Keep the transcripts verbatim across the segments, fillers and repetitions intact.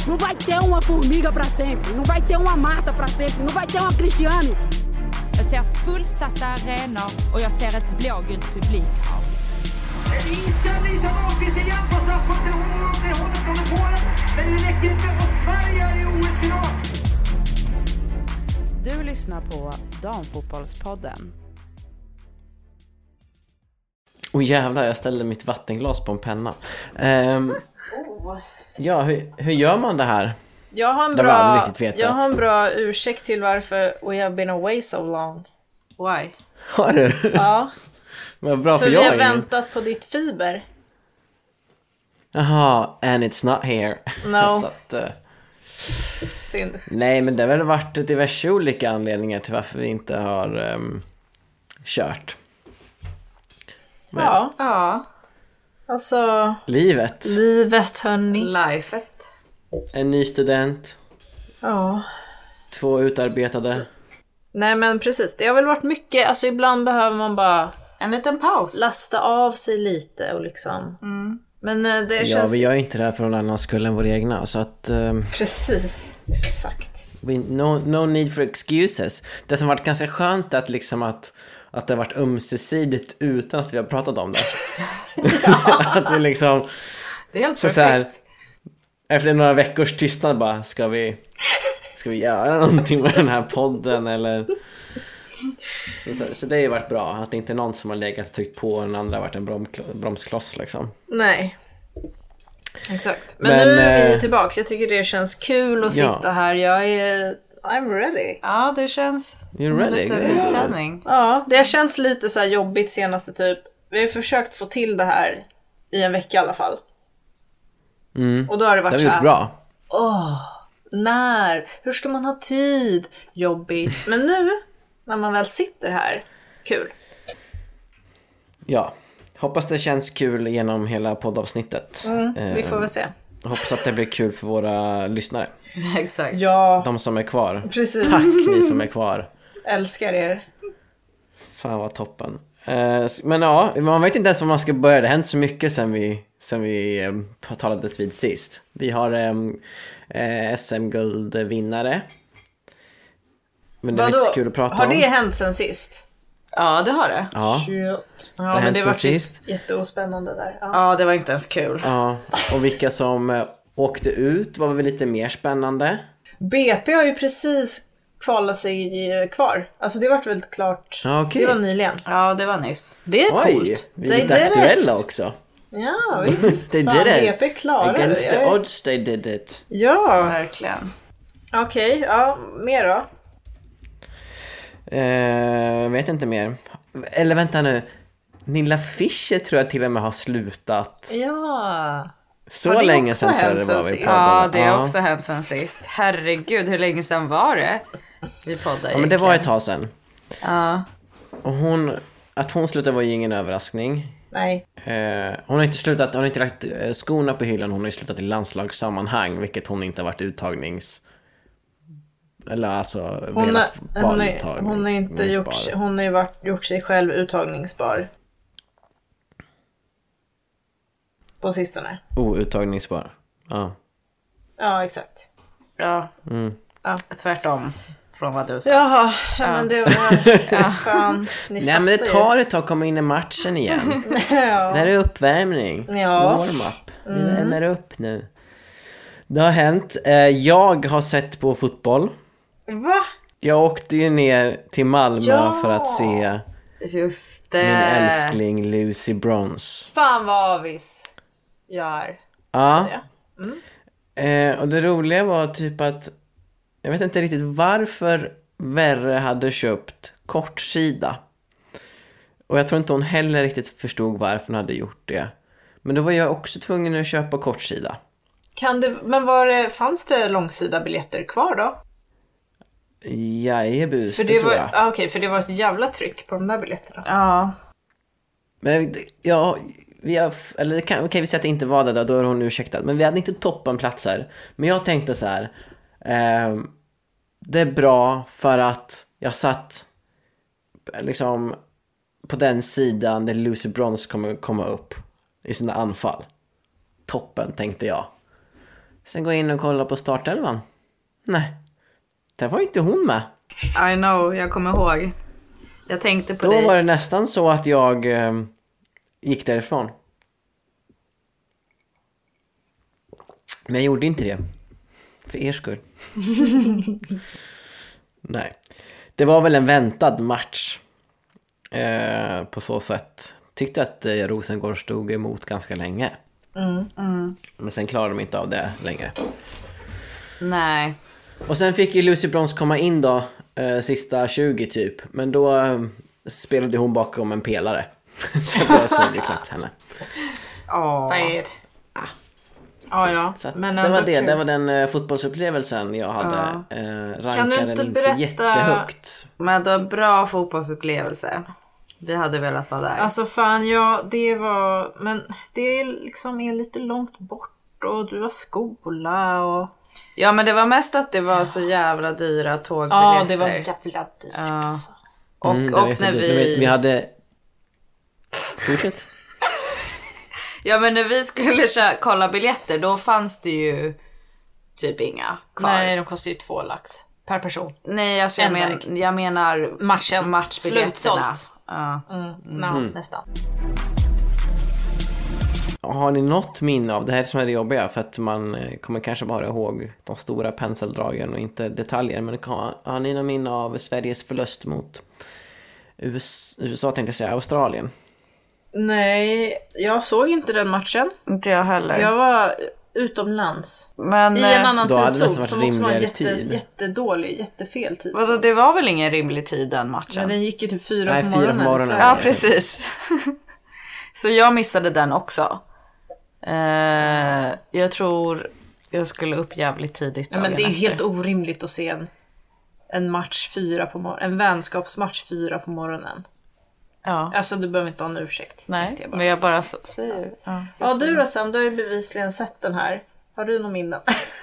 Não vai ter uma Formiga pra sempre. Não vai ter uma Marta pra sempre. Não vai ter uma Cristiane. Jag ser fullsatta arenor och jag ser ett blågult publikhav. Inställning som Ahlqvist igen på straffpunkten. Hon och det håller från Polen. Men det räcker inte och Sverige är i O S-final. Du lyssnar på Damfotbollspodden. Åh oh, jävlar, jag ställde mitt vattenglas på en penna. Um, oh. Ja, hur, hur gör man det här? Jag har en det bra, jag har en bra ursäkt till varför we have been away so long. Why? Har du? Ja. Vad bra, för, för jag vi har är... väntat på ditt fiber. Jaha, and it's not here. No. Så att, uh... Synd. Nej, men det har väl varit diverse olika anledningar till varför vi inte har um, kört. Men... Ja. Ja. Alltså... Livet. Livet, hörni. Lifet. En ny student. Ja. Två utarbetade. Så... Nej, men precis. Det har väl varit mycket. Alltså ibland behöver man bara... En liten paus. Lasta av sig lite och liksom... Mm. Men det ja, känns... vi gör inte det här för någon annan skull än vår egna. Så att... Um... Precis. Exakt. We, no, no need for excuses. Det som varit ganska skönt är att liksom att... Att det har varit ömsesidigt utan att vi har pratat om det. Att vi liksom... Det är helt så perfekt. Så här, efter några veckors tystnad bara, ska vi... Ska vi göra någonting med den här podden eller... Så, så, så det har ju varit bra. Att det inte är någon som har legat och tryckt på och den andra har varit en brom, bromskloss liksom. Nej. Exakt. Men, Men nu är vi tillbaka. Jag tycker det känns kul att ja. sitta här. Jag är... I'm ready. Ja, det känns You're som ready. lite uttänning. Ja, det känns lite så här jobbigt senaste typ. Vi har försökt få till det här i en vecka i alla fall. Mm. Och då har det varit det har så här. Gjort bra. Åh, när? Hur ska man ha tid? Jobbigt. Men nu, när man väl sitter här, kul. Ja, hoppas det känns kul genom hela poddavsnittet. Mm, vi får väl se. Hoppas att det blir kul för våra lyssnare. Exakt. Ja. De som är kvar. Precis. Tack ni som är kvar. Älskar er. Fan vad toppen. Uh, men ja, man vet inte ens var man ska börja. Det har hänt så mycket sen vi, sen vi um, talades vid sist. Vi har um, uh, S M-guldvinnare. Men det är inte så kul att prata har om. Har det hänt sen sist? Ja, det har det. Ja, Shit. Ja, det har men hänt det sen var sist. Jätteospännande där. Ja. Ja, det var inte ens kul. Ja, och vilka som uh, åkte ut var väl lite mer spännande. B P har ju precis kvalat sig kvar. Alltså det vart väl klart. Okay. Det var nyligen. Ja, det var nyss. Det är Oj, coolt. vi är lite aktuella också. Ja, visst. They Fan, did it. B P klarade Against det. the odds they did it. Ja. Verkligen. Okej, okay, ja, mer då? Uh, vet inte mer. Eller vänta nu. Nilla Fischer tror jag till och med har slutat. Ja. Så länge sedan tror det var vi poddade. Ja, det har också hänt sen sist. Herregud, hur länge sedan var det? Vi poddade. Ja, men det var ett tag sedan. Ja. Och hon, att hon slutade var ju ingen överraskning. Nej. Uh, hon har inte slutat, hon har inte lagt uh, skorna på hyllan. Hon har ju slutat i landslagssammanhang, vilket hon inte har varit uttagnings. Eller alltså hon velat har, vara hon är, uttagning. hon har inte gjort, hon har ju varit, gjort sig själv uttagningsbar. På sistone. Outtagningsbar. Ja. Ja, exakt. Ja. Mm. Ja. Tvärtom från vad du sa. Jaha, ja, men det var... ja, fan, ni Nej, men det tar ett tag att komma in i matchen igen. Ja. Det här är uppvärmning. Ja. Warm-up. Vi Mm. värmer upp nu. Det har hänt. Jag har sett på fotboll. Va? Jag åkte ju ner till Malmö Ja. för att se Just det. min älskling Lucy Bronze. Fan vad avis jag är. Ja. Mm. Eh, och det roliga var typ att jag vet inte riktigt varför Verre hade köpt kortsida. Och jag tror inte hon heller riktigt förstod varför hon hade gjort det. Men då var jag också tvungen att köpa kortsida. Kan det, men var det, fanns det långsida biljetter kvar då? Jajebus, för det, det tror var, jag. ah, okej, för det var ett jävla tryck på de där biljetterna. Ja. Men ja, vi har, eller kan, kan vi säga att det inte var det då, då är hon ursäktad. Men vi hade inte toppenplatser. Men jag tänkte så här, eh, det är bra för att jag satt liksom på den sidan där Lucy Bronze kommer komma upp i sina anfall. Toppen, tänkte jag. Sen går jag in och kollar på startelvan. Nej, det var inte hon med. I know, jag kommer ihåg. Jag tänkte på Då dig. var det nästan så att jag eh, gick därifrån. Men jag gjorde inte det. För er skull. Nej. Det var väl en väntad match. Eh, på så sätt. Tyckte att eh, Rosengård stod emot ganska länge. Mm. Mm. Men sen klarade de inte av det längre. Nej. Och sen fick ju Lucy Brons komma in då. Eh, sista tjugo typ. Men då eh, spelade hon bakom en pelare. Så att jag såg ju knappt henne. Åh. Säg Ja, ja. Så att Men det var det, kul. det var den uh, fotbollsupplevelsen jag hade. Ja. Uh, Kan rankade du den inte inte berätta- jättehögt. Men det var bra fotbollsupplevelse. Vi hade velat vara där. Alltså fan, ja, det var... Men det är liksom är lite långt bort och du har skola och... Ja, men det var mest att det var så jävla dyra tågbiljetter. Ja, det var jävla dyrt Ja. alltså. Och, Mm, det var och när jättedyrt. vi... Men vi hade... Fortsätt. Ja, men när vi skulle köra, kolla biljetter, då fanns det ju typ inga kvar. Nej, de kostar ju två lax per person. Nej, alltså jag, En men, väg. jag menar Matchen. matchbiljetterna. Slutsålt. Ja. Mm. No, nästan. Har ni något minne av det här som är det jobbiga? För att man eh, kommer kanske bara ihåg de stora penseldragen och inte detaljer. Men har, har ni något minne av Sveriges förlust mot U S A, U S A tänkte jag säga, Australien? Nej, jag såg inte den matchen. Inte jag heller. Jag var utomlands. Men I en eh, annan då hade det tidszon nästan som varit också var en rimligare jätte, tid. jättedålig, jättefel tid. vadå, det var väl ingen rimlig tid den matchen? Men den gick ju typ fyra Nej, på fyra på morgonen. morgonen. i Sverige. Ja, precis. Så jag missade den också. Eh, jag tror jag skulle upp jävligt tidigt. Ja, men det är ju dagen helt efter. orimligt att se en, en match fyra på morgonen. En vänskapsmatch fyra på morgonen. Ja. Alltså du behöver inte ha en ursäkt. Nej, Jag bara. men jag bara så, säger. Ja, Ja, du då Sam, du har ju bevisligen sett den här. Har du någon minnen?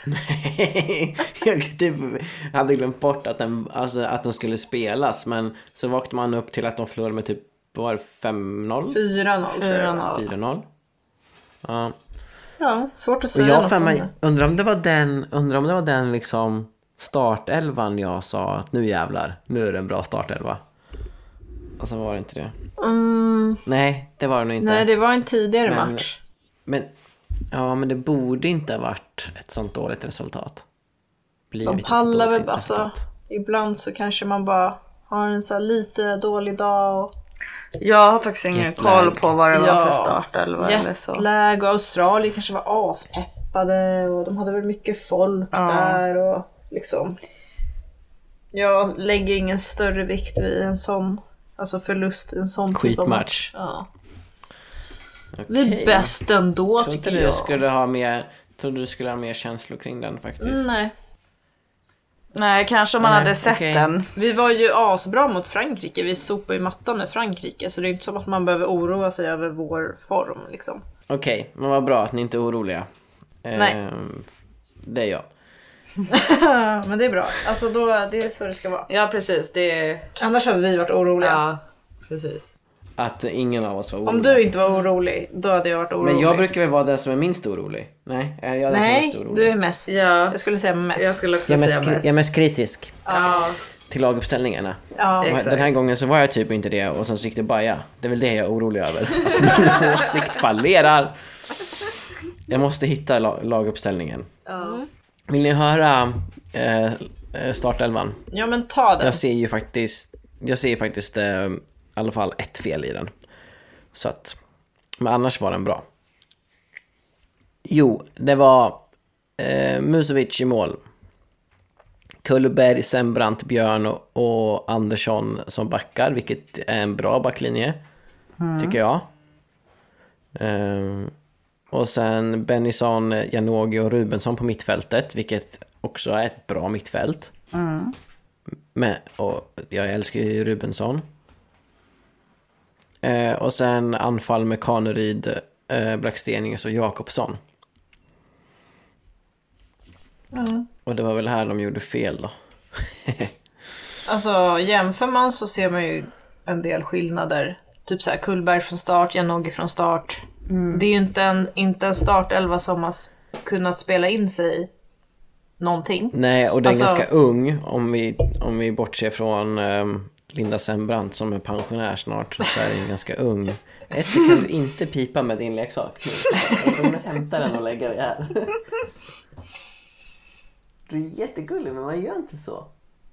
Jag typ hade glömt bort att den, alltså, att den skulle spelas. Men så vaknade man upp till att de förlorade med typ, vad var det, fem noll? fyra noll tror jag det var. fyra noll. fyra noll. Ja. Ja, svårt att Och säga jag något för om mig, det. undrar om det var den, undrar om det var den liksom startelvan jag sa att nu jävlar, nu är det en bra startelva. Och så var det inte det. Mm, Nej, det var det nog inte. nej, det var en tidigare Men- match. Men ja, men det borde inte ha varit ett sånt dåligt resultat. Blivit De ett så pallar dåligt väl, alltså, resultat. ibland så kanske man bara har en så här lite dålig dag och Jag har faktiskt ingen Jetlag. koll på vad det var Ja. för startelva eller så. jetlag och Australien kanske var aspeppade och de hade väl mycket folk Ja. där och liksom. Jag lägger ingen större vikt vid en sån, alltså förlust, en sån typ av Skitmatch. match. Ja. Okej. Vi är bäst ändå Jag trodde tycker du jag. skulle ha mer, trodde du skulle ha mer känslor kring den faktiskt. Mm, nej. Nej, kanske om man Nej, hade sett okej. den. Vi var ju asbra mot Frankrike. Vi sopade ju mattan med Frankrike. Så det är inte som att man behöver oroa sig över vår form liksom. Okej, men vad bra att ni inte är oroliga. Nej. Ehm, det är jag. Men det är bra. Alltså då, det är så det ska vara. Ja, precis. Det är... Annars hade vi varit oroliga. Ja, precis. Att ingen av oss var oroliga. Om du inte var orolig, då hade jag varit orolig. Men jag brukar väl vara den som är minst orolig. Nej, är jag den som är Nej, mest orolig? du är mest. Ja. Jag skulle säga mest. Jag skulle också Jag är, mest, säga kri- mest. jag är mest kritisk Ja, till laguppställningarna. Ja. Och Exakt. den här gången så var jag typ inte det och sen så gick det baja. Det är väl det jag är orolig över. Att min åsikt fallerar. Jag måste hitta la- laguppställningen. ja. Vill ni höra eh, startelvan? Ja, men ta den. Jag ser ju faktiskt Jag ser ju faktiskt eh, i alla fall ett fel i den. Så att, men annars var den bra. Jo, det var eh, Musovic i mål. Kullberg, Sembrant, Björn och, och Andersson som backar, vilket är en bra backlinje, tycker jag. Ehm, och sen Bennison, Janogy och Rubensson på mittfältet, vilket också är ett bra mittfält. Men, och jag älskar ju Rubensson. Eh, och sen anfall med Kaneryd, eh, Blackstenius och Jakobsson. Och det var väl här de gjorde fel då. Alltså jämför man så ser man ju en del skillnader. Typ så här Kullberg från start, Janogy från start. Det är ju inte en, inte en startelva som har kunnat spela in sig någonting. Nej, och den är Alltså- ganska ung om vi, om vi bortser från um, Linda Sembrant som är pensionär snart, så är den ganska ung. Ester, kan du inte pipa med din leksak? Jag kommer hämta den och lägga det här. Du är jättegullig, men man gör inte så.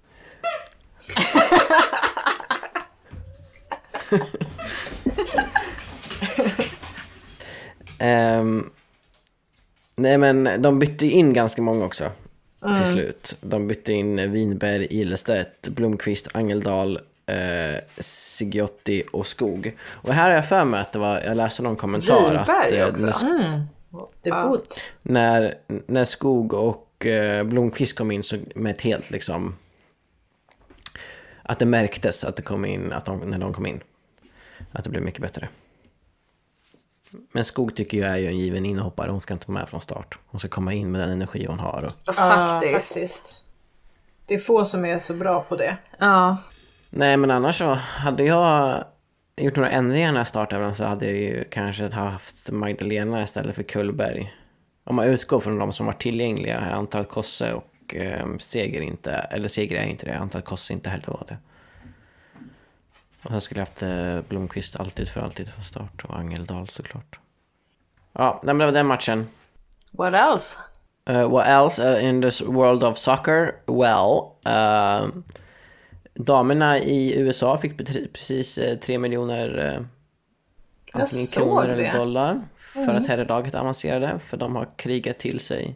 um, nej, men de bytte in ganska många också. Mm. Till slut. De bytte in Winberg, Ilestedt, Blomqvist, Angeldal, eh, Sigiotti och Skog. Och här har jag för mig att det var, jag läste någon kommentar Winberg att, också. När, Mm. Debut. när, när Skog och eh, Blomqvist kom in så med ett helt liksom, att det märktes att det kom in, att de, när de kom in, att det blev mycket bättre. Men Skog tycker jag är ju en given inhoppare. Hon ska inte vara med från start. Hon ska komma in med den energi hon har. Och... Ja, faktiskt. faktiskt. Det är få som är så bra på det. Ja. Nej, men annars så hade jag gjort några ändringar när jag startade, så hade jag ju kanske haft Magdalena istället för Kullberg. Om man utgår från de som var tillgängliga. Jag antar att Kosse och eh, Seger inte, eller Seger är inte det. Jag antar att Kosse inte heller var det. Och så skulle jag haft eh, Blomqvist alltid för alltid för start. Och Angeldal såklart. Ja, nej, men det var den matchen. What else? Uh, what else uh, in this world of soccer? Well, uh, damerna i U S A fick precis uh, tre miljoner uh, antingen kronor eller det. dollar för Mm. att herrlaget avancerade, för de har krigat till sig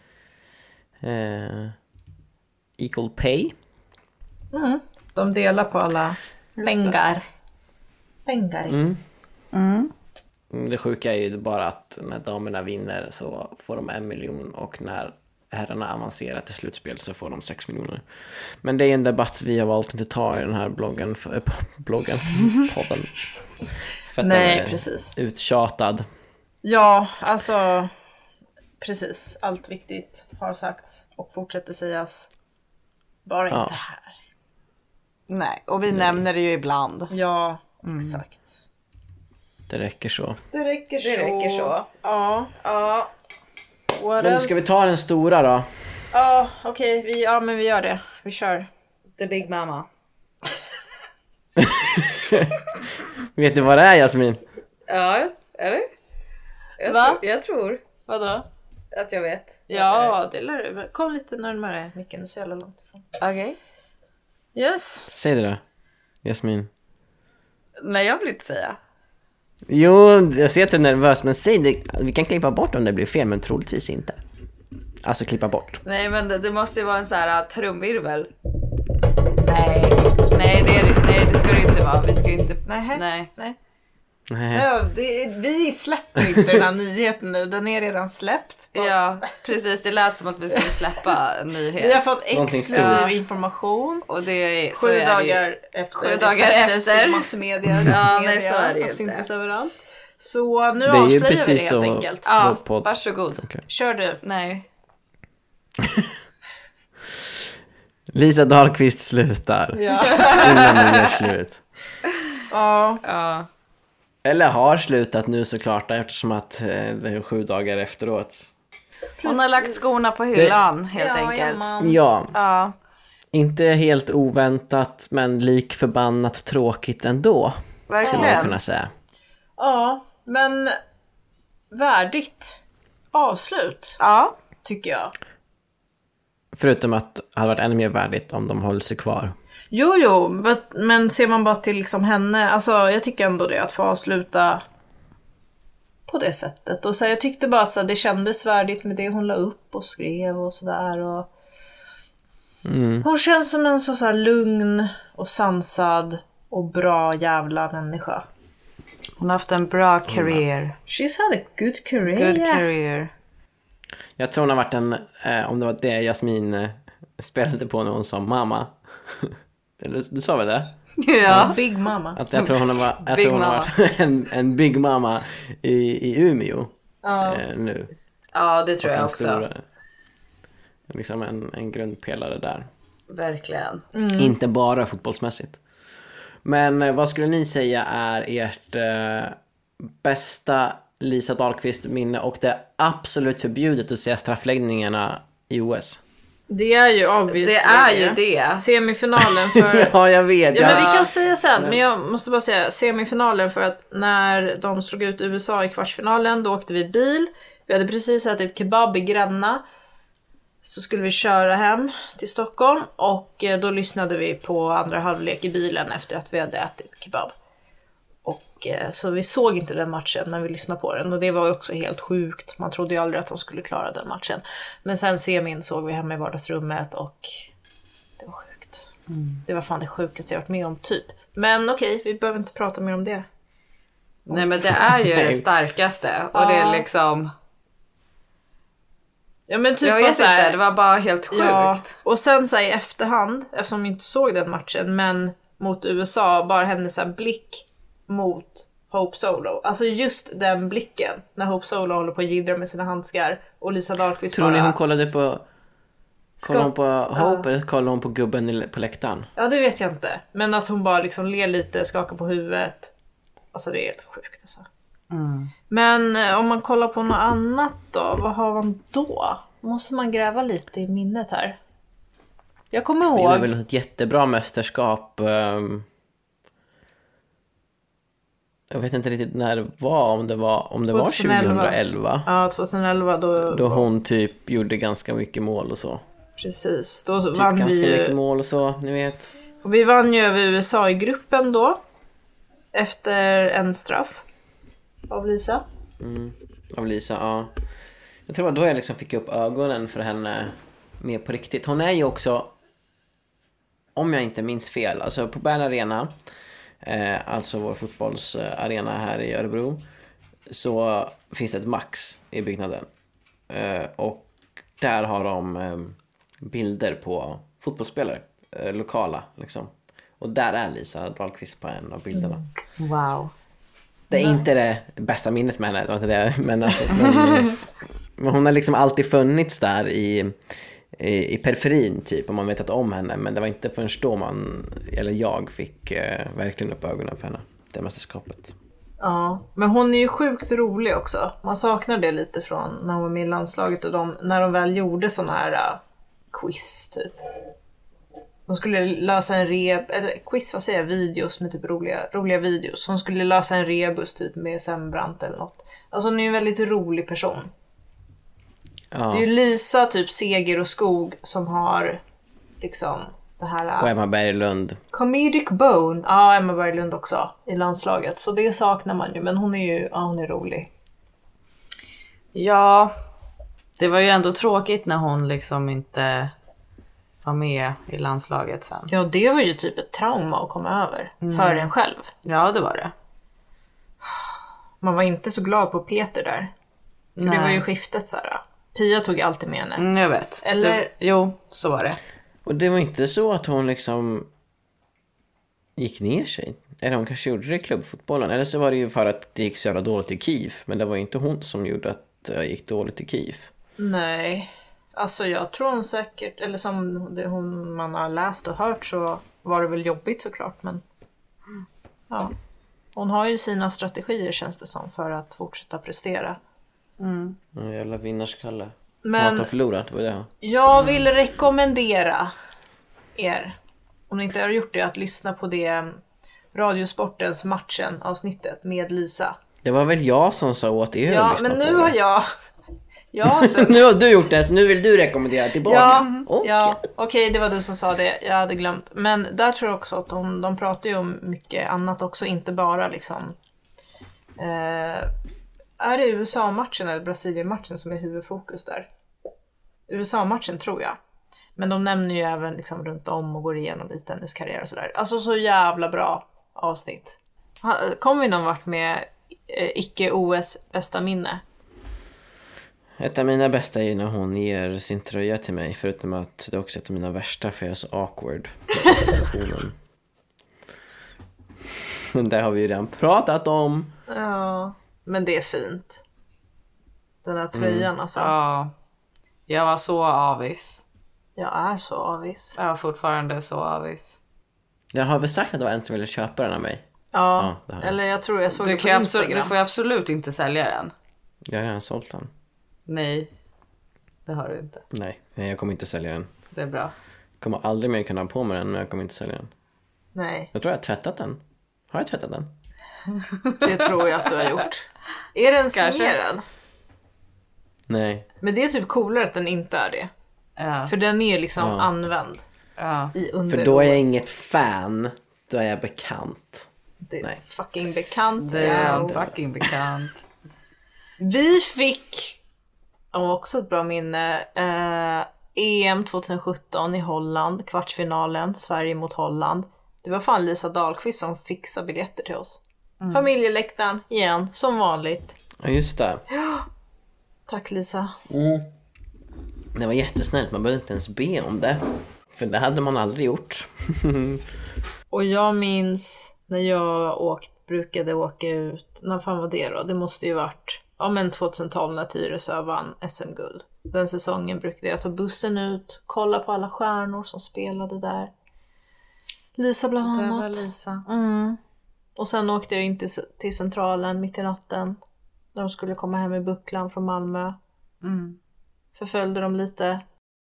uh, equal pay. Mm. De delar på alla pengar. Pengar. Mm. Mm. Det sjuka är ju bara att när damerna vinner så får de en miljon och när herrarna avancerar till slutspel så får de sex miljoner. Men det är en debatt vi har valt att inte ta i den här bloggen, för, äh, bloggen podden. För att Nej, den är precis. uttjatad. Ja, alltså precis. Allt viktigt har sagts och fortsätter sägas. Bara Ja. inte här. Nej, och vi nämner det ju ibland. Ja, exakt. Det räcker så. Det räcker så. Det räcker så. Ja. Ja. What Men else? ska vi ta den stora då? Ja, okej. Vi, ja, men vi gör det. Vi kör. The Big Mama. Vet du vad det är, Jasmin? Ja, eller? Jag Va? Tror, jag tror Vadå? att jag vet. Ja, det lär du. Kom lite närmare micken, du är så jävla långt ifrån. Okej. Okay. Yes. Säg det då, Jasmin. Nej, jag vill inte säga. Jo, jag ser att du är nervös, men säg det. Vi kan klippa bort om det blir fel, men troligtvis inte. Alltså klippa bort. Nej, men det, det måste ju vara en sån här uh, trumvirvel. Nej. Nej, det, är, nej, det ska det inte vara. Vi ska ju inte... Nähä. Nej. Nej. Nej. Ja, det, vi släpper inte den här nyheten nu. Den är redan släppt. Ja, precis. Det lät som att vi skulle släppa en nyhet. Vi har fått Någonting exklusiv stort. information. Och det är, så Sju är det ju. dagar efter. Sju det dagar släpptes efter. till massmedia. Ja, nej, så är det ju och inte. syntes överallt. Så nu Det är ju avslöjar vi det precis helt så enkelt. Ja, vår podd. varsågod. Okej. Kör du. Nej. Lisa Dahlqvist slutar Ja. innan det gör slut. Ja. Ja. Eller har slutat nu såklart, eftersom att eh, det är sju dagar efteråt. Hon har lagt skorna på hyllan, helt Ja, enkelt. jajamän. Ja, Ja. inte helt oväntat, men lik förbannat tråkigt ändå, skulle man Verkligen. kunna säga. Ja, men värdigt avslut, Ja. tycker jag. Förutom att det hade varit ännu mer värdigt om de höll sig kvar. Jo, jo, but, men ser man bara till liksom henne, alltså jag tycker ändå det, att få avsluta på det sättet. Och så, jag tyckte bara att så, det kändes värdigt med det hon la upp och skrev och sådär. Och... Mm. Hon känns som en så, så här lugn och sansad och bra jävla människa. Hon har haft en bra career. She's had a good career. Good career. Jag tror hon har varit en, eh, om det var det Jasmin eh, spelade på när hon sa mamma. Eller, du sa väl det? Ja. Big mama. Att jag tror hon har, varit- jag Big tror hon har mama. varit en, en big mamma i, i Umeå Ja. eh, nu. Ja, det tror Och jag en också. stor, liksom en, en grundpelare där. Verkligen. Inte bara fotbollsmässigt. Men eh, vad skulle ni säga är ert eh, bästa Lisa Dahlqvist minne, och det är absolut förbjudet att se straffläggningarna i O S. Det är ju obviously Det är ju det. Semifinalen för... Ja, jag vet. Ja, Ja, men vi kan säga sen, men jag måste bara säga semifinalen, för att när de slog ut U S A i kvartsfinalen, då åkte vi bil. Vi hade precis ätit kebab i Gränna. Så skulle vi köra hem till Stockholm, och då lyssnade vi på andra halvlek i bilen efter att vi hade ätit kebab. Och så vi såg inte den matchen när vi lyssnade på den, och det var också helt sjukt. Man trodde ju aldrig att de skulle klara den matchen. Men sen semin såg vi hemma i vardagsrummet, och det var sjukt. Mm. Det var fan det sjukaste jag varit med om typ. Men okej, vi behöver inte prata mer om det. Nej, men det är ju det starkaste. Och Ja. det är liksom... Ja, men typ Jag bara vet så här, inte, det var bara helt sjukt. ja, och sen så här, i efterhand, eftersom vi inte såg den matchen, men mot U S A, bara hennes så här blick mot Hope Solo. Alltså just den blicken när Hope Solo håller på att jiddra med sina handskar och Lisa Dahlqvist tror bara... ni hon kollade på... Kollade hon på Hope, Ja. eller kollade hon på gubben i- på läktaren? Ja, det vet jag inte. Men att hon bara liksom ler lite, skakar på huvudet. Alltså det är helt sjukt alltså. Mm. Men eh, om man kollar på något annat då, vad har man då? Måste man gräva lite i minnet här. Jag kommer Vi gjorde ihåg... väl ett jättebra mästerskap. ehm, Jag vet inte riktigt när det var, om det var, om det var tjugohundraelva. tjugohundraelva. Ja, tjugohundraelva då... Då hon typ gjorde ganska mycket mål och så. Precis, då Typ vann ganska vi mycket ju... mål och så, ni vet. Och vi vann ju över U S A i gruppen då. Efter en straff av Lisa. Av Lisa, ja. Jag tror att då jag liksom fick upp ögonen för henne mer på riktigt. Hon är ju också, om jag inte minns fel, alltså på Bern Arena, eh, alltså vår fotbollsarena här i Örebro, så finns det ett Max i byggnaden. Eh, och där har de eh, bilder på fotbollsspelare, eh, lokala liksom. Och där är Lisa Dahlqvist på en av bilderna. Wow. Det är inte det bästa minnet med henne, det var inte det, men, alltså, men, men hon har liksom alltid funnits där i, i, i periferin typ, om man vet att om henne, men det var inte förrän då man, eller jag fick eh, verkligen upp ögonen för henne, det mästerskapet. Ja, men hon är ju sjukt rolig också. Man saknar det lite från när hon var med i landslaget och de, när de väl gjorde sån här uh, quiz typ. De skulle lösa en reb, eller quiz, vad säger jag, videos med typ roliga, roliga videos. Hon skulle lösa en rebus typ med Sembrant eller något. Alltså hon är ju en väldigt rolig person. Ja. Det är ju Lisa, typ Seger och Skog som har liksom det här... Och Emma Berglund. Comedic bone. Ja, Emma Berglund också i landslaget. Så det saknar man ju, men hon är ju ja, hon är rolig. Ja, det var ju ändå tråkigt när hon liksom inte var med i landslaget sen. Ja, det var ju typ ett trauma att komma över för en själv. Ja, det var det. Man var inte så glad på Peter där. För Nej. det var ju skiftet så här. Pia tog alltid med henne. Mm, jag vet. Eller- Det, jo, så var det. Och det var inte så att hon liksom gick ner sig. Eller hon kanske gjorde det i klubbfotbollen. Eller så var det ju för att det gick så jävla dåligt i Kiev. Men det var ju inte hon som gjorde att det gick dåligt i Kiev. Nej. Alltså jag tror hon säkert, eller som det hon man har läst och hört så var det väl jobbigt såklart. Men ja. Hon har ju sina strategier känns det som för att fortsätta prestera. En jävla vinnarskalle. Men- Att ha förlorat, vad är det? Jag vill rekommendera er, om ni inte har gjort det, att lyssna på det Radiosportens matchen avsnittet med Lisa. Det var väl jag som sa åt er att Ja, lyssna men på nu det. har jag... Jag har sett... Nu har du gjort det, så nu vill du rekommendera tillbaka. Ja, Och- ja. Okej, det var du som sa det. Jag hade glömt. Men där tror jag också att de, de pratar ju om mycket annat också, inte bara liksom... Eh, är det U S A-matchen eller Brasilien-matchen som är huvudfokus där? U S A-matchen tror jag. Men de nämner ju även liksom runt om och går igenom lite hennes karriär och sådär. Alltså så jävla bra avsnitt. Ha- Kom vi någon vart med eh, icke-O S bästa minne? Ett av mina bästa är när hon ger sin tröja till mig. Förutom att det är också ett av mina värsta, för jag är så awkward på situationen. Men det har vi ju redan pratat om. Ja, men det är fint. Den här tröjan alltså. Ja, jag var så avis. Jag är så avis. Jag var fortfarande så avis. Jag har väl sagt att det var en som ville köpa den av mig. Ja, Ja, eller jag tror jag såg Du, det på kan absolut, Instagram. du får ju absolut inte sälja den. Jag har redan sålt den. Nej, det har du inte. Nej, nej, jag kommer inte sälja den. Det är bra. Jag kommer aldrig mer kunna ha på mig den, men jag kommer inte sälja den. Nej, Jag tror jag har tvättat den. Har jag tvättat den? det tror jag att du har gjort. Är den Kanske. signerad? Nej. Men det är typ coolare att den inte är det. Ja. För den är liksom Ja. använd Ja. i under För då är jag O S. inget fan. Då är jag bekant. Det är Nej. fucking bekant. Det är Ja. fucking bekant. Vi fick, och också ett bra minne, eh, E M tjugohundrasjutton i Holland, kvartsfinalen, Sverige mot Holland. Det var fan Lisa Dahlqvist som fixade biljetter till oss. Mm. Familjeläktaren, igen, som vanligt. Ja, just det. Tack Lisa. Det var jättesnällt. Man behövde inte ens be om det. För det hade man aldrig gjort. Och jag minns när jag åkt, brukade åka ut, när fan var det då? Det måste ju varit, ja men tjugohundratolv när Tyresö vann S M-guld. Den säsongen brukade jag ta bussen ut, kolla på alla stjärnor som spelade där. Lisa bland Det annat. var Lisa. Mm. Och sen åkte jag in till, till centralen mitt i natten. När de skulle komma hem i bucklan från Malmö. Mm. Förföljde dem lite.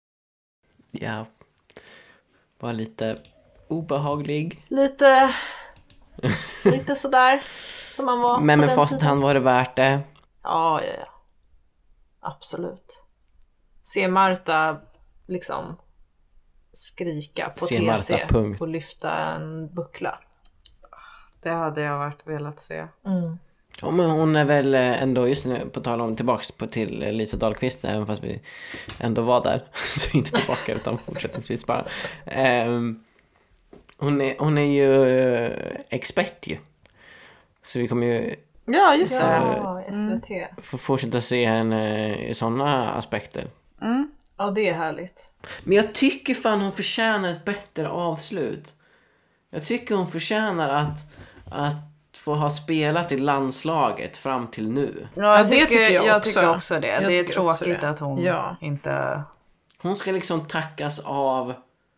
Ja. Var lite obehaglig. Lite, lite sådär som man var Men på med den facit tiden. hand var det värt det. Ja, ja, ja. Absolut. Se Marta liksom skrika på Se T Marta, C punkt. och lyfta en buckla. Det hade jag varit velat se. Mm. Ja, men hon är väl ändå, just nu på tal om tillbaks på till Lisa Dahlqvist, även fast vi ändå var där, så inte tillbaka utan fortsättningsvis bara. Um, hon, är, hon är ju expert ju. Så vi kommer ju Ja, just det. Ja, S V T. få fortsätta se henne i sådana aspekter. Ja, det är härligt. Men jag tycker fan hon förtjänar ett bättre avslut. Jag tycker hon förtjänar att, att få ha spelat i landslaget fram till nu. Ja, Ja, jag, det tycker, tycker jag jag också. tycker också det. Jag det är tycker också tråkigt det. att hon Ja. inte... Hon ska liksom tackas av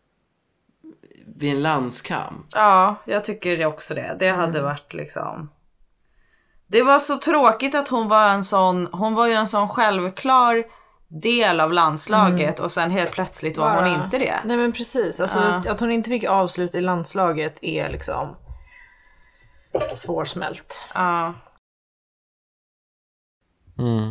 vid en landskamp. Ja, jag tycker det också det. Det hade varit liksom... Det var så tråkigt att hon var en sån... Hon var ju en sån självklar del av landslaget och sen helt plötsligt var hon Bara- inte det. Nej men precis, alltså, Ja. att hon inte fick avslut i landslaget är liksom svårsmält. Ja. Mm.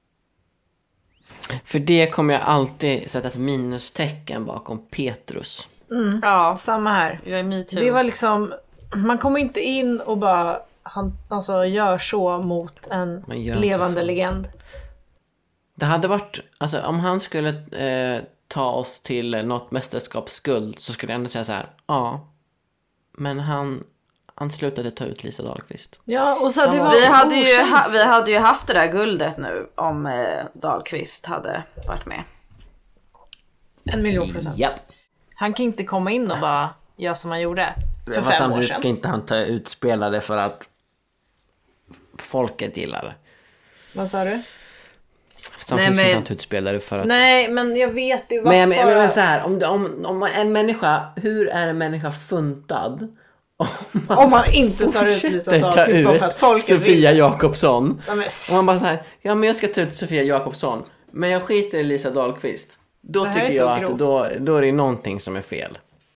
För det kommer jag alltid sätta ett minustecken bakom Petrus. Ja, Samma här. jag är metoo. Det var liksom, man kommer inte in och bara han, alltså, gör så mot en Man gör inte levande så. legend. Det hade varit, alltså om han skulle eh, ta oss till något mästerskapsguld så skulle jag ändå säga så här, ja. Men han, han slutade ta ut Lisa Dahlqvist. Ja, och så det var Vi hade, ju ha, okänsligt. vi hade ju haft det där guldet nu om eh, Dahlqvist hade varit med. En miljon procent. Ja. Han kan inte komma in och bara göra som han gjorde för Fast fem år samtidigt sedan. ska inte han ta ut spelare för att folket gillar det. Vad sa du? Samtidigt Nej, ska men- inte han ta ut spelare för att... Nej, men jag vet det var Men, men, bara... men så här, om, om, om en människa, hur är en människa funtad? Om man, Om man inte tar ut Lisa fortsätter ta Dahlqvist bara ut för att folket Sofia vill. Jakobsson. Ja, men... Och man bara så här, ja men jag ska ta ut Sofia Jakobsson, men jag skiter i Lisa Dahlqvist. Då Det här tycker är så jag grovt. att då, då är det någonting som är fel.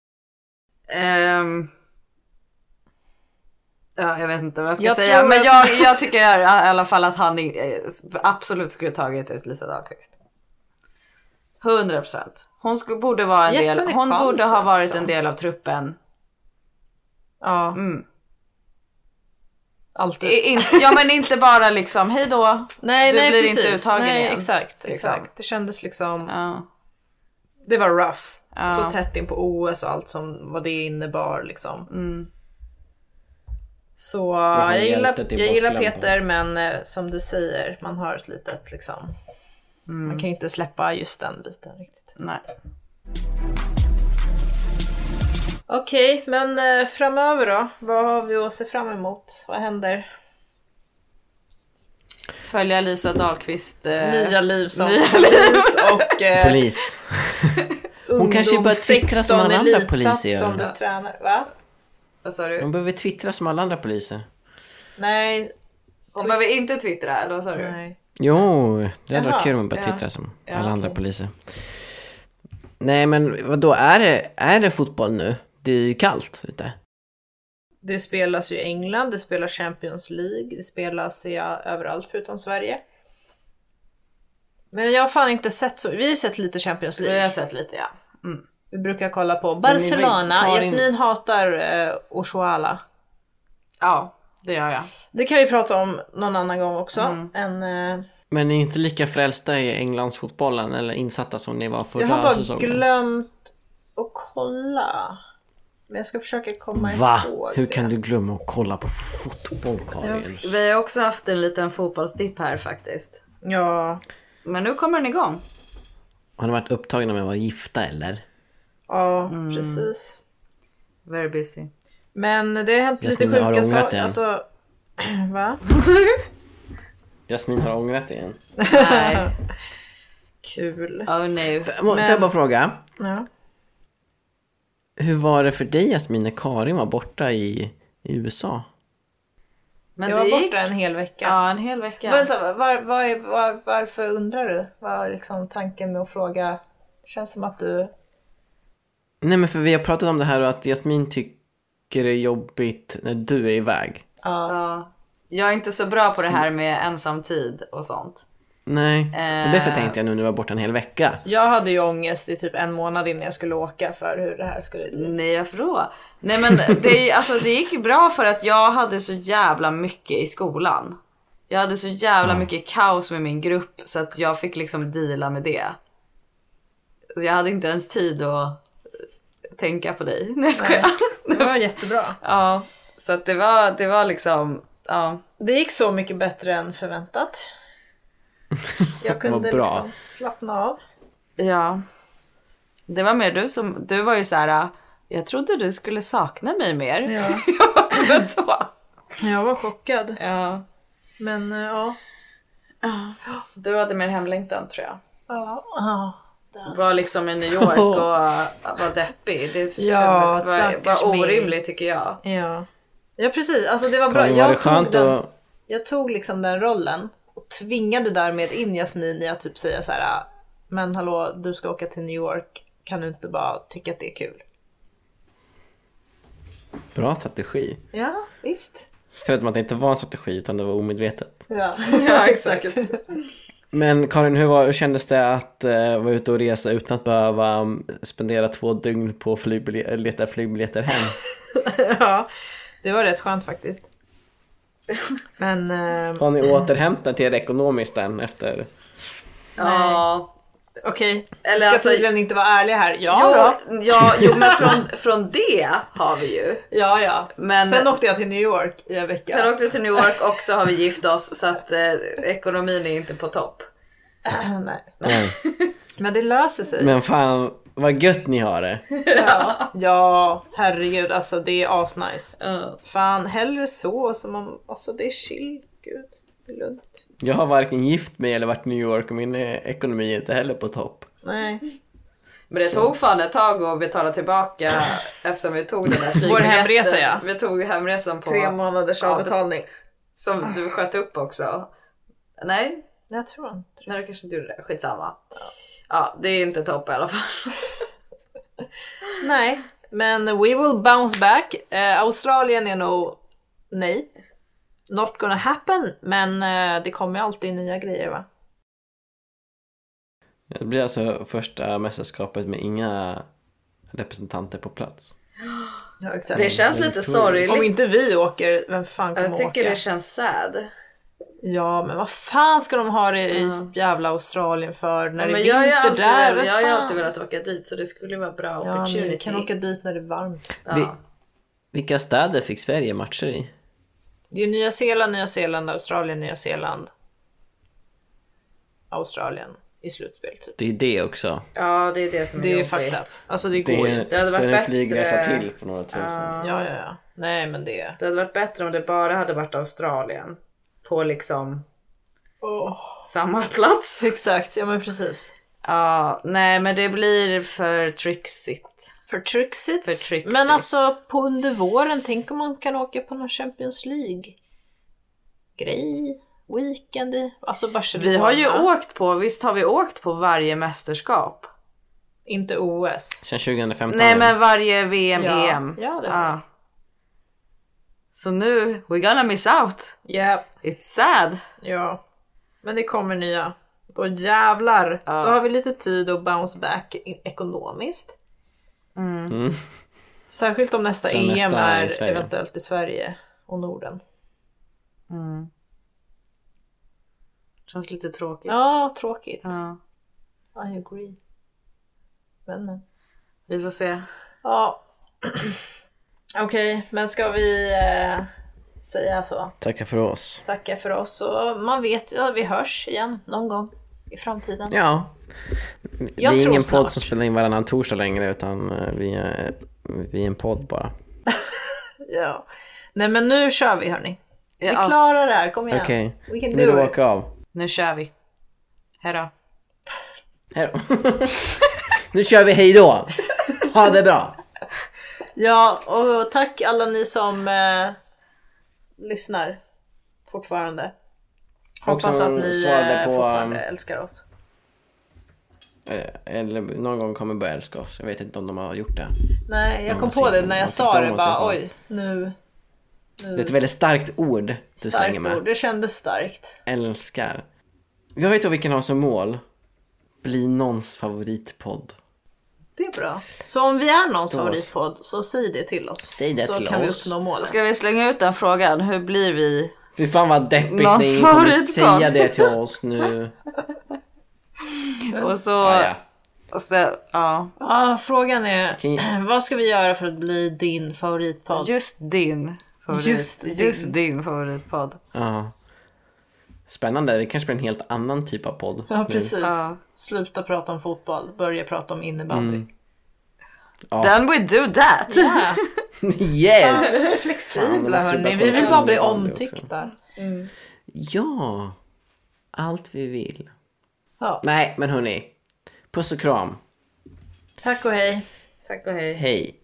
Ehm. Ja, jag vet inte vad jag ska Jag säga. tror Men att- jag, jag tycker i alla fall att han eh, absolut skulle tagit ut Lisa Dahlqvist. hundra procent. Hon skulle, borde vara en Gett del. henne Hon chansen, borde ha varit liksom. en del av truppen. Ja, Mm. alltid. I, in, ja, men inte bara liksom, hej då. Nej, du nej, blir precis. inte uttagen nej, igen. Exakt, Liksom. exakt. Det kändes liksom... Ja. Det var rough. Ja. Så tätt in på O S och allt som vad det innebar liksom. Mm. Så får jag gillar, hjältet i jag gillar bortglömd. Peter, men eh, som du säger, man har ett litet liksom. Man kan inte släppa just den biten riktigt. Nej. Okej, men eh, framöver då? Vad har vi att se fram emot? Vad händer? Följa Lisa Dahlqvist. Eh, Nya liv som nya polis och eh, Polis. Hon kanske bara twittrar som alla andra poliser gör. som den tränar, va? Vad sa du? De behöver twittra som alla andra poliser. Nej. Hon behöver inte twittra, eller vad sa du? Nej. Jo, det hade Jaha, varit kul om man började ja. twittra som Ja, alla andra okej. poliser. Nej, men vad då är det, är det fotboll nu? Det är ju kallt ute. Det spelas ju i England, det spelas Champions League, det spelas i överallt förutom Sverige. Men jag har fan inte sett så. Vi har sett lite Champions Vi har League. sett lite, ja. Mm. Vi brukar kolla på Men ni var Barcelona. ju- Karin- Jasmin hatar eh, Oshuala. Ja, det gör jag. Det kan vi prata om någon annan gång också. Mm. En, eh, Men ni är inte lika frälsta i Englands fotbollen eller insatta som ni var förra jag har bara säsongen? glömt att kolla. Men jag ska försöka komma Va? ihåg Hur det. kan du glömma att kolla på fotboll, Karin? Vi har också haft en liten fotbollsdipp här faktiskt. Ja, Men nu kommer den igång. Har ni varit upptagna med att vara gifta eller? ja Mm. precis. Very busy. Men det har hänt lite Jasmin, har du sjuka ångrat saker. det? Alltså, va? Jasmin har ångrat det igen. Nej. Kul. Oh no. Får jag bara fråga? Ja. Hur var det för dig, Jasmin, när Karin var borta i, i U S A? Men Jag var det gick... borta en hel vecka. Ja, en hel vecka. Vänta, var, var, är- var, varför undrar du? Vad är liksom tanken med att fråga? Det känns som att du... Nej, men för vi har pratat om det här och att Jasmin tycker det är jobbigt när du är iväg. Ja. Jag är inte så bra på det här med ensamtid och sånt. Nej, och därför Eh. tänkte jag nu när du var borta en hel vecka. Jag hade ju ångest i typ en månad innan jag skulle åka för hur det här skulle bli. Nej, jag förstår. Nej, men det, alltså, det gick bra för att jag hade så jävla mycket i skolan. Jag hade så jävla Ja. mycket kaos med min grupp så att jag fick liksom deala med det. Jag hade inte ens tid att tänka på dig. Nej, jag skojar. Det var jättebra. Ja, så att det var, det var liksom, ja. Det gick så mycket bättre än förväntat. Jag kunde bra. liksom slappna av. Ja. Det var mer du som, du var ju så här. Jag trodde du skulle sakna mig mer. Ja. Men så. Jag var chockad. Ja. Men eh, ja. Du hade mer hemlängtan, tror jag. Ja, ja. Var liksom i New York och var deppig. Det Ja, kändes- var, stackars var mig. orimligt, tycker jag. Ja. Ja, precis. Alltså det var bra. Karin, var det Jag tog, skönt den, att... jag tog liksom den rollen och tvingade därmed in Jasmin i att typ säga så här: men hallå, du ska åka till New York. Kan du inte bara tycka att det är kul? Bra strategi. Ja, visst. För att man inte var en strategi utan det var omedvetet. Ja, Ja, exakt. Men Karin, hur, var, hur kändes det att uh, vara ute och resa utan att behöva um, spendera två dygn på flygbiljetter, leta flygbiljetter hem? ja, det var rätt skönt faktiskt. Men eh, Har ni återhämtat er ekonomiskt än efter? Ja. okej, Eller jag ska alltså- tydligen inte vara ärlig här. Ja, Jo, ja, jo, men från, från det har vi ju. ja, ja. Men Sen åkte jag till New York i en vecka. sen åkte vi till New York och så har vi gift oss så att eh, ekonomin är inte på topp. Nej. Nej. Men det löser sig. Men fan, vad gött ni har det. Ja, ja, herregud, alltså det är asnice. Ja. Fan, hellre så som om, alltså det är chill, gud, det är lugnt. Jag har varken gift mig eller varit i New York och min eh, ekonomi är inte heller på topp. Nej. Men det tog fan ett tag att betala tillbaka eftersom vi tog den där flygbiljetten. Vår hemresa, ja. Vi tog hemresan på Tre månaders Ja, avbetalning. som du sköt upp också. Nej, Jag tror inte det. nej, du kanske inte gjorde det. Skitsamma. Ja, det är inte topp i alla fall. Nej, men we will bounce back. Eh, Australien är nog nej. Not gonna happen, men eh, det kommer ju alltid nya grejer, va? Det blir alltså första mästerskapet med inga representanter på plats. Ja, exakt. Det känns lite sorgligt. Om inte vi åker, vem fan kommer Jag tycker åka? det känns sad. Ja, men vad fan ska de ha det i jävla Australien för när det Men är jag har ju vinter alltid, där? väl, Vad jag har ju fan? alltid velat åka dit så det skulle vara bra Ja, men opportunity. vi kan åka dit när det är varmt. Ja. Vi, vilka städer fick Sverige matcher i? Det är ju Nya Zeeland, Nya Zeeland, Australien, Nya Zeeland. Australien i slutspel typ. Det är ju det också. ja, det är det som är Det är ju jobbigt. fucked up. Alltså det Det går är, ju. Det hade varit det är en bättre. flygresa till för några tusen. Ja. Ja, ja, ja. Nej, men det... Det hade varit bättre om det bara hade varit Australien. På liksom samma plats. Exakt, ja men precis. Ja, nej men det blir för trixigt. För trixigt. För trixigt. Men alltså på under våren, tänk om man kan åka på någon Champions League grej, weekend i, alltså Barcelona. Vi har ju åkt på, visst har vi åkt på varje mästerskap? Inte O S. Sen tjugo femton. Nej men varje V M, Ja. E M. Ja, det har ja. Så nu, we're gonna miss out. Ja. It's sad. Ja. Men det kommer nya. Då jävlar. Ja. Då har vi lite tid att bounce back ekonomiskt. Mm. Särskilt om nästa Så E M nästa är i Sverige. eventuellt i Sverige och Norden. Mm. Känns lite tråkigt. Ja, tråkigt. Ja. I agree. Men, men. Vi får se. Ja. Okej, men ska vi eh, säga så? Tacka för oss. Tacka för oss och man vet ju att vi hörs igen någon gång i framtiden. Ja. Det Jag är tror ingen snart. podd som spelar in varannan torsdag längre, utan eh, vi är, vi är en podd bara. Ja. Nej men nu kör vi hörni. Vi Ja. klarar det här, kom igen. Okej, We can vill do du it. åka av? Nu kör vi. Hejdå. Hej då. Nu kör vi hej då. Ha det bra. Ja, och tack alla ni som eh, lyssnar fortfarande. Hoppas som att ni svarade eh, på, fortfarande um, älskar oss. Eh, Eller någon gång kommer börja älska oss. Jag vet inte om de har gjort det. Nej, jag Ja, kom man på ser- det när jag man sa tittar det om oss i alla bara fall. oj, nu, nu. Det är ett väldigt starkt ord du slänger starkt med. ord, det kändes starkt. Älskar. Jag vet vad vi kan ha som mål. Bli någons favoritpodd. Det är bra. Så om vi är någons Då- favoritpodd så säg det till oss. Säg det så till kan oss. vi uppnå målet. Ska vi slänga ut den frågan? Hur blir vi? Fy fan vad deppigt Någons ni kommer favoritpodd. säga det till oss nu. Och så... Ja, ja. Och så ja. Ja, frågan är Okej. vad ska vi göra för att bli din favoritpodd? Just din favorit. Just Just din. din, favoritpodd. Ja. Spännande, det kanske blir en helt annan typ av podd. Ja, nu. precis. Ja. Sluta prata om fotboll, börja prata om innebandy. Mm. Ja. Then we do that. Yeah. Yes! Vi är Fan, flexibla då måste vi hörni, bara vi vill kolla bara bli innebandy omtyckta. Ja, allt vi vill. Ja. Nej, men hörni. Puss och kram. Tack och hej. Tack och hej. Hej.